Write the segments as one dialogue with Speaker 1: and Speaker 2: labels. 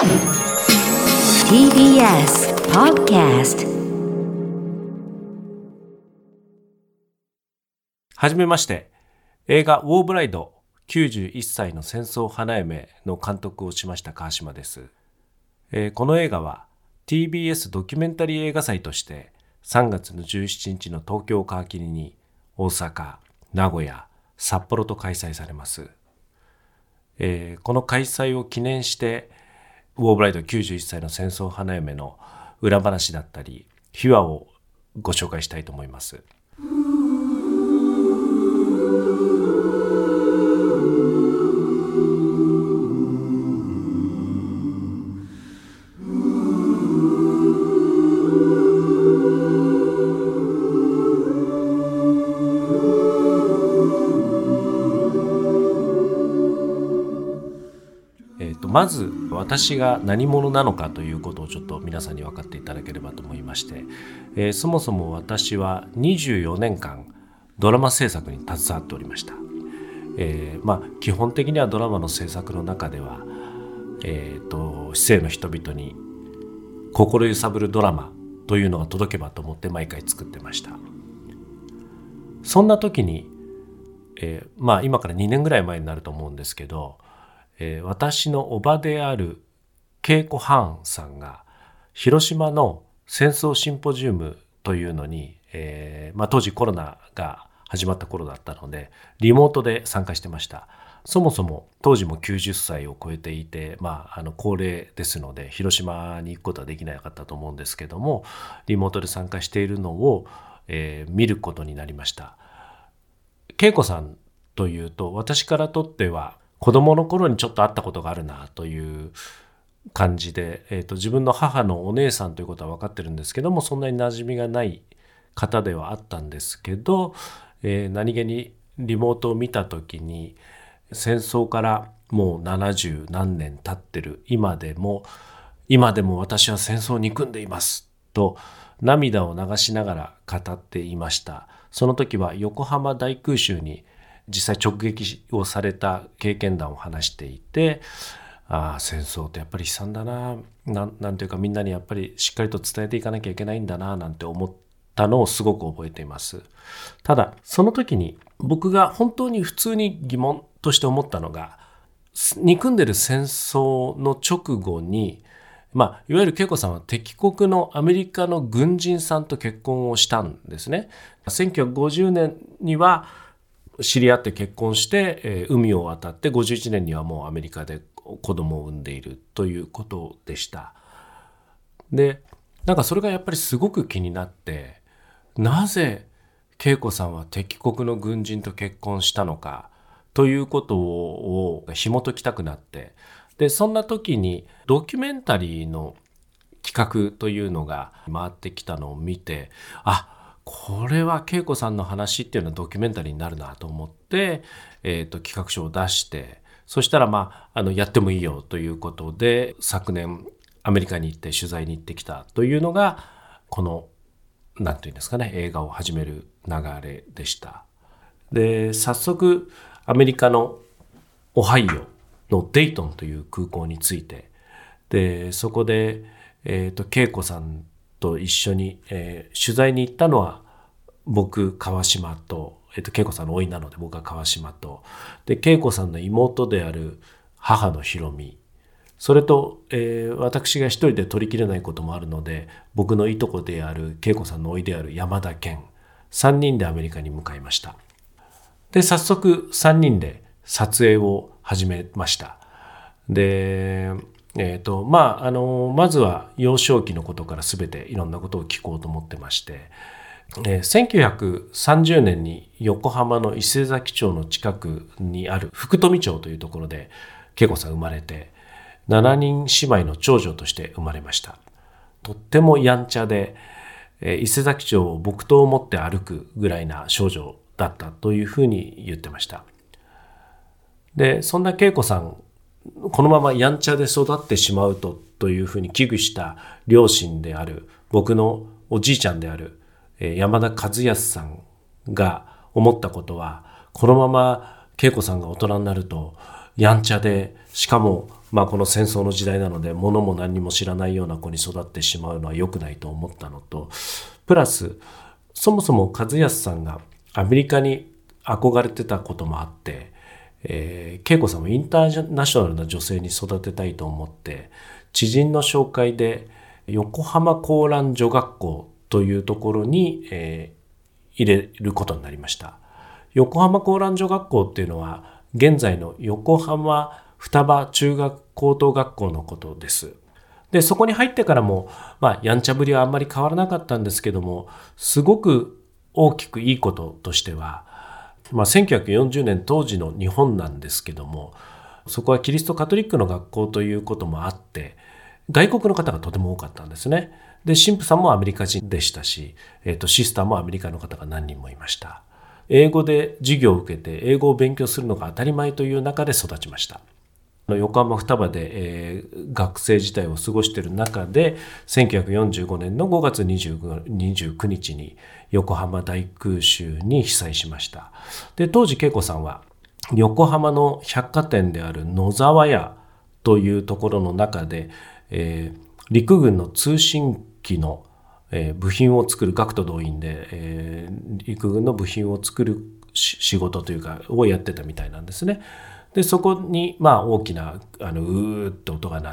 Speaker 1: TBS Podcast。
Speaker 2: はじめまして。映画ウォーブライド91歳の戦争花嫁の監督をしました川島です。この映画は TBS ドキュメンタリー映画祭として3月の17日の東京を皮切りに大阪、名古屋、札幌と開催されます。この開催を記念してウォーブライド91歳の戦争花嫁の裏話だったり秘話をご紹介したいと思います。まず私が何者なのかということをちょっと皆さんに分かっていただければと思いまして、そもそも私は24年間ドラマ制作に携わっておりました。基本的にはドラマの制作の中では、市政の人々に心揺さぶるドラマというのが届けばと思って毎回作ってました。そんな時に、今から2年ぐらい前になると思うんですけど、私の叔母である恵子ハンさんが広島の戦争シンポジウムというのに、当時コロナが始まった頃だったのでリモートで参加してました。そもそも当時も90歳を超えていて、高齢ですので広島に行くことはできなかったと思うんですけども、リモートで参加しているのを、見ることになりました。恵子さんというと私からとっては子供の頃にちょっと会ったことがあるなという感じで、自分の母のお姉さんということは分かってるんですけども、そんなに馴染みがない方ではあったんですけど、何気にリモートを見た時に戦争からもう70何年経ってる今でも私は戦争を憎んでいますと涙を流しながら語っていました。その時は横浜大空襲に実際直撃をされた経験談を話していて、戦争ってやっぱり悲惨だなんていうか、みんなにやっぱりしっかりと伝えていかなきゃいけないんだななんて思ったのをすごく覚えています。ただその時に僕が本当に普通に疑問として思ったのが、憎んでる戦争の直後にいわゆる恵子さんは敵国のアメリカの軍人さんと結婚をしたんですね。1950年には知り合って結婚して、海を渡って51年にはもうアメリカで子供を産んでいるということでした。で、それがやっぱりすごく気になって、なぜ恵子さんは敵国の軍人と結婚したのかということを紐解きたくなって、でそんな時にドキュメンタリーの企画というのが回ってきたのを見て、これは恵子さんの話っていうのはドキュメンタリーになるなと思って、企画書を出して、そしたらやってもいいよということで昨年アメリカに行って取材に行ってきたというのがこのなんていうんですかね、映画を始める流れでした。で早速アメリカのオハイオのデイトンという空港に着いて、でそこで、恵子さんと一緒に、取材に行ったのは僕川島と、恵子さんの甥なので僕は川島と、で恵子さんの妹である母のひろみ、それと、私が一人で取りきれないこともあるので僕のいとこである恵子さんの甥である山田健、3人でアメリカに向かいました。で早速3人で撮影を始めました。でまずは幼少期のことから全ていろんなことを聞こうと思ってまして、1930年に横浜の伊勢崎町の近くにある福富町というところで恵子さん生まれて、7人姉妹の長女として生まれました。とってもやんちゃで、伊勢崎町を木刀を持って歩くぐらいな少女だったというふうに言ってました。でそんな恵子さん、このままやんちゃで育ってしまうというふうに危惧した両親である僕のおじいちゃんである山田和康さんが思ったことは、このまま恵子さんが大人になるとやんちゃで、しかもこの戦争の時代なので物も何にも知らないような子に育ってしまうのは良くないと思ったのと、プラスそもそも和康さんがアメリカに憧れてたこともあって、恵子さんもインターナショナルな女性に育てたいと思って、知人の紹介で横浜高蘭女学校というところに、入れることになりました。横浜高蘭女学校っていうのは現在の横浜双葉中学高等学校のことです。で、そこに入ってからも、やんちゃぶりはあんまり変わらなかったんですけども、すごく大きくいいこととしては、1940年当時の日本なんですけども、そこはキリストカトリックの学校ということもあって、外国の方がとても多かったんですね。で、神父さんもアメリカ人でしたし、シスターもアメリカの方が何人もいました。英語で授業を受けて英語を勉強するのが当たり前という中で育ちました。横浜双葉で、学生時代を過ごしている中で、1945年の5月29日に横浜大空襲に被災しました。で、当時恵子さんは横浜の百貨店である野沢屋というところの中で、陸軍の通信機の部品を作る、学徒動員で、陸軍の部品を作る仕事というかをやってたみたいなんですね。で、そこに大きなうーって音が鳴って、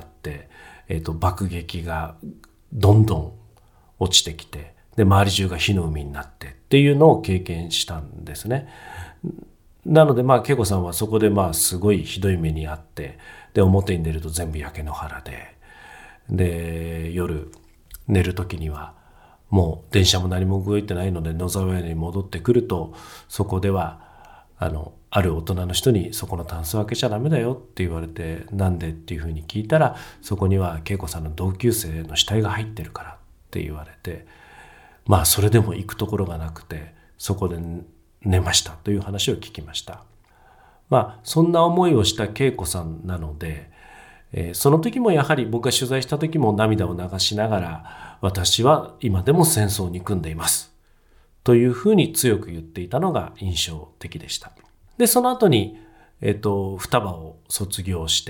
Speaker 2: 爆撃がどんどん落ちてきて、で周り中が火の海になってっていうのを経験したんですね。なので恵子さんはそこですごいひどい目にあって、で表に出ると全部焼け野原で、夜寝る時にはもう電車も何も動いてないので野沢屋に戻ってくると、そこではある大人の人に、そこのタンスを開けちゃダメだよって言われて、なんでっていうふうに聞いたら、そこには恵子さんの同級生の死体が入ってるからって言われて、それでも行くところがなくて、そこで寝ましたという話を聞きました。そんな思いをした恵子さんなので、その時もやはり僕が取材した時も涙を流しながら、私は今でも戦争に組んでいますというふうに強く言っていたのが印象的でした。で、その後に、双葉を卒業して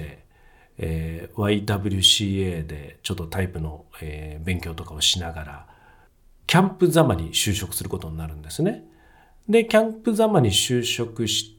Speaker 2: 、YWCA でちょっとタイプの、勉強とかをしながら、キャンプ座間に就職することになるんですね。で、キャンプ座間に就職して、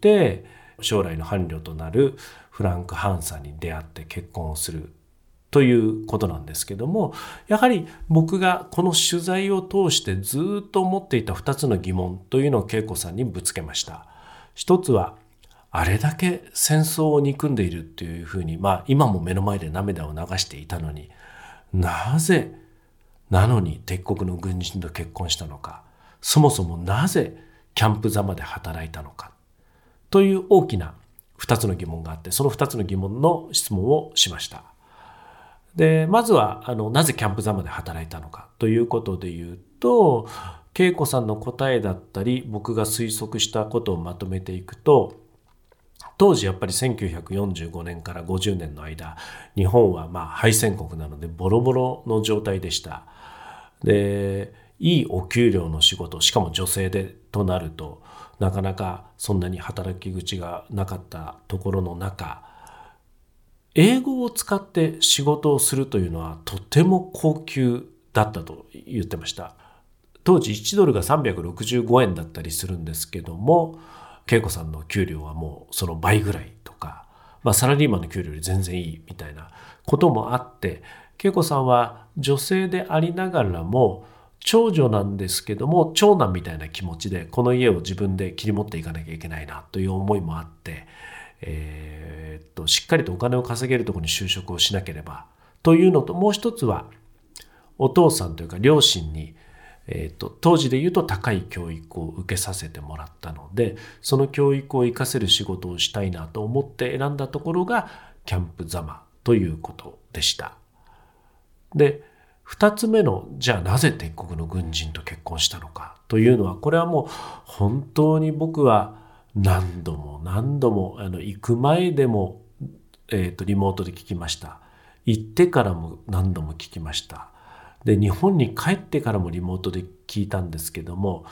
Speaker 2: 将来の伴侶となるフランク・ハンさんに出会って結婚をするということなんですけども、やはり僕がこの取材を通してずっと思っていた2つの疑問というのを恵子さんにぶつけました。一つは、あれだけ戦争を憎んでいるっていうふうに、今も目の前で涙を流していたのに、なぜなのに敵国の軍人と結婚したのか、そもそもなぜキャンプ座間で働いたのかという大きな2つの疑問があって、その2つの疑問の質問をしました。で、まずはなぜキャンプ座間で働いたのかということで言うと、恵子さんの答えだったり僕が推測したことをまとめていくと、当時やっぱり1945年から50年の間、日本は敗戦国なのでボロボロの状態でした。で、いいお給料の仕事、しかも女性でとなると、なかなかそんなに働き口がなかったところの中、英語を使って仕事をするというのはとても高級だったと言ってました。当時1ドルが365円だったりするんですけども、恵子さんの給料はもうその倍ぐらいとか、サラリーマンの給料より全然いいみたいなこともあって、恵子さんは女性でありながらも長女なんですけども、長男みたいな気持ちでこの家を自分で切り持っていかなきゃいけないなという思いもあって、しっかりとお金を稼げるところに就職をしなければというのと、もう一つはお父さんというか両親に当時で言うと高い教育を受けさせてもらったので、その教育を生かせる仕事をしたいなと思って選んだところがキャンプ座間ということでした。で、2つ目の、じゃあなぜ敵国の軍人と結婚したのかというのは、これはもう本当に僕は何度も行く前でも、リモートで聞きました。行ってからも何度も聞きました。で、日本に帰ってからもリモートで聞いたんですけども、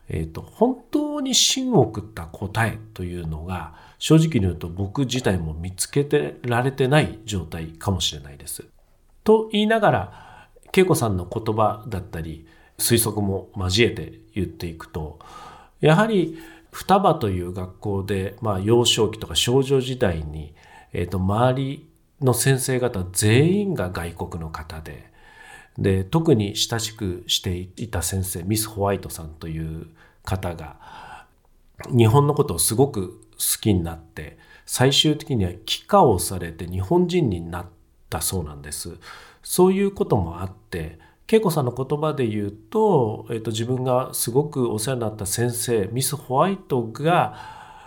Speaker 2: 本当に芯を食った答えというのが正直に言うと僕自体も見つけてられてない状態かもしれないです。と言いながら恵子さんの言葉だったり推測も交えて言っていくと、やはり双葉という学校で、幼少期とか少女時代に、周りの先生方全員が外国の方で、特に親しくしていた先生ミス・ホワイトさんという方が日本のことをすごく好きになって、最終的には帰化をされて日本人になったそうなんです。そういうこともあって恵子さんの言葉で言うと、自分がすごくお世話になった先生ミス・ホワイトが、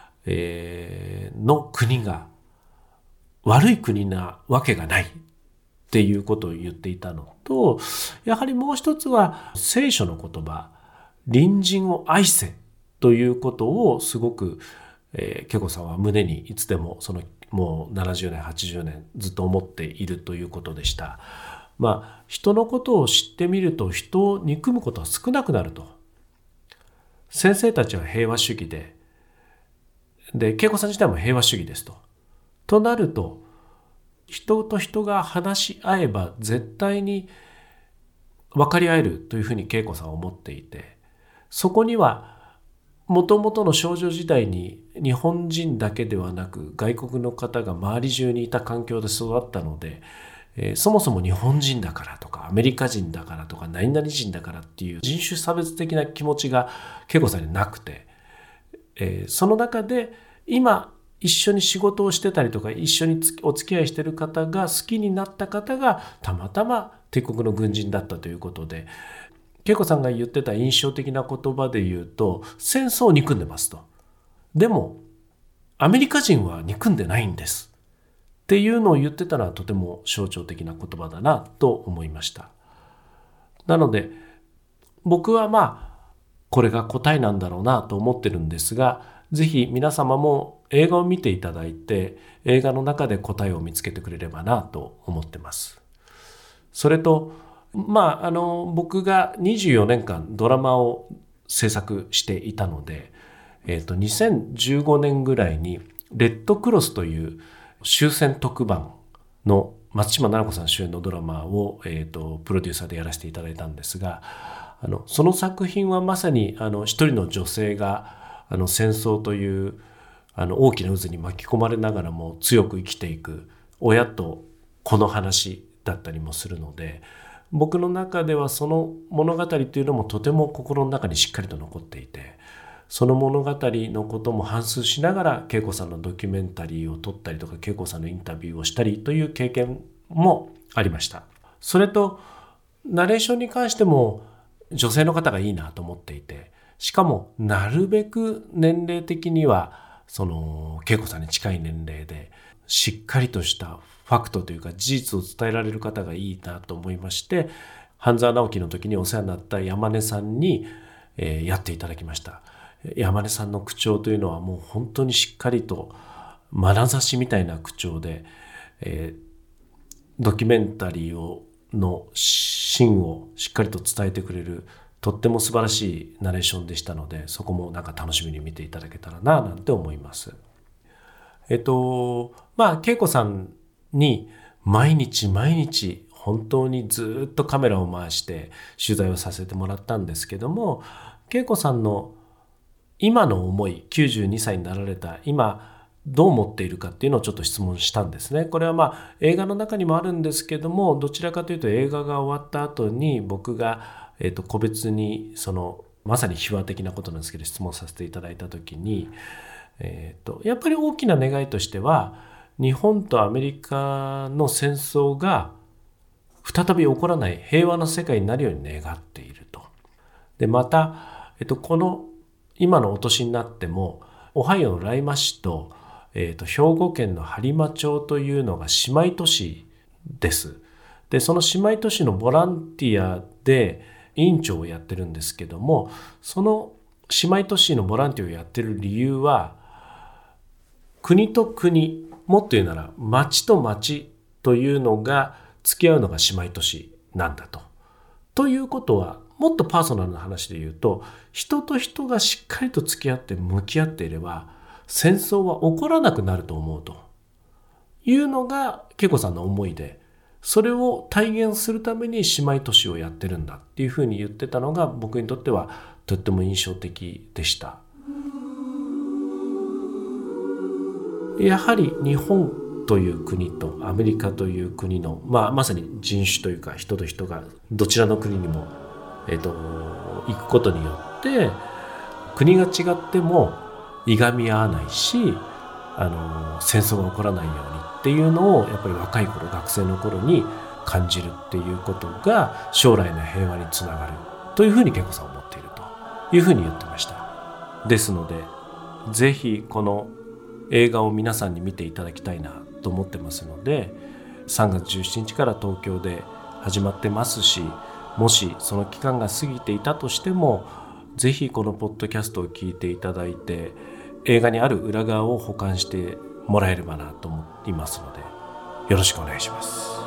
Speaker 2: の国が悪い国なわけがないっていうことを言っていたのと、やはりもう一つは聖書の言葉隣人を愛せということをすごく恵子さんは胸にいつでももう70年80年ずっと思っているということでした。人のことを知ってみると人を憎むことは少なくなると。先生たちは平和主義で恵子さん自体も平和主義ですとなると、人と人が話し合えば絶対に分かり合えるというふうに恵子さんは思っていて、そこにはもともとの少女時代に日本人だけではなく外国の方が周り中にいた環境で育ったので、そもそも日本人だからとかアメリカ人だからとか何々人だからっていう人種差別的な気持ちが恵子さんになくて、その中で今一緒に仕事をしてたりとか一緒にお付き合いしている方が好きになった方がたまたま帝国の軍人だったということで、恵子さんが言ってた印象的な言葉で言うと、戦争を憎んでますと。でもアメリカ人は憎んでないんですっていうのを言ってたのはとても象徴的な言葉だなと思いました。なので僕はこれが答えなんだろうなと思ってるんですが、ぜひ皆様も映画を見ていただいて映画の中で答えを見つけてくれればなと思ってます。それと僕が24年間ドラマを制作していたので、2015年ぐらいにレッドクロスという終戦特番の松島菜々子さん主演のドラマを、プロデューサーでやらせていただいたんですが、その作品はまさに一人の女性が戦争という大きな渦に巻き込まれながらも強く生きていく親と子の話だったりもするので、僕の中ではその物語というのもとても心の中にしっかりと残っていて、その物語のことも反芻しながら恵子さんのドキュメンタリーを撮ったりとか恵子さんのインタビューをしたりという経験もありました。それとナレーションに関しても女性の方がいいなと思っていて、しかもなるべく年齢的には恵子さんに近い年齢でしっかりとしたファクトというか事実を伝えられる方がいいなと思いまして、半沢直樹の時にお世話になった山根さんに、やっていただきました。山根さんの口調というのはもう本当にしっかりと眼差しみたいな口調で、ドキュメンタリーの芯をしっかりと伝えてくれるとっても素晴らしいナレーションでしたので、そこも楽しみに見ていただけたらななんて思います。恵子さんに毎日本当にずっとカメラを回して取材をさせてもらったんですけども、恵子さんの今の思い、92歳になられた今どう思っているかっていうのをちょっと質問したんですね。これは映画の中にもあるんですけども、どちらかというと映画が終わった後に僕が、個別にまさに秘話的なことなんですけど質問させていただいた時に、やっぱり大きな願いとしては日本とアメリカの戦争が再び起こらない平和な世界になるように願っていると。でまた、この今のお年になってもオハイオのライマ市と、兵庫県の播磨町というのが姉妹都市です。でその姉妹都市のボランティアで委員長をやってるんですけども、その姉妹都市のボランティアをやってる理由は、国と国、もっと言うなら町と町というのが付き合うのが姉妹都市なんだと。ということはもっとパーソナルな話で言うと、人と人がしっかりと付き合って向き合っていれば戦争は起こらなくなると思うというのが恵子さんの思いで、それを体現するために姉妹都市をやってるんだっていうふうに言ってたのが、僕にとってはとっても印象的でした。やはり日本という国とアメリカという国の、まさに人種というか人と人がどちらの国にも、行くことによって国が違ってもいがみ合わないし、戦争が起こらないようにっていうのをやっぱり若い頃、学生の頃に感じるっていうことが将来の平和につながるというふうに恵子さんは思っているというふうに言ってました。ですのでぜひこの映画を皆さんに見ていただきたいなと思ってますので、3月17日から東京で始まってますし、もしその期間が過ぎていたとしてもぜひこのポッドキャストを聞いていただいて、映画にある裏側を補完してもらえればなと思いますので、よろしくお願いします。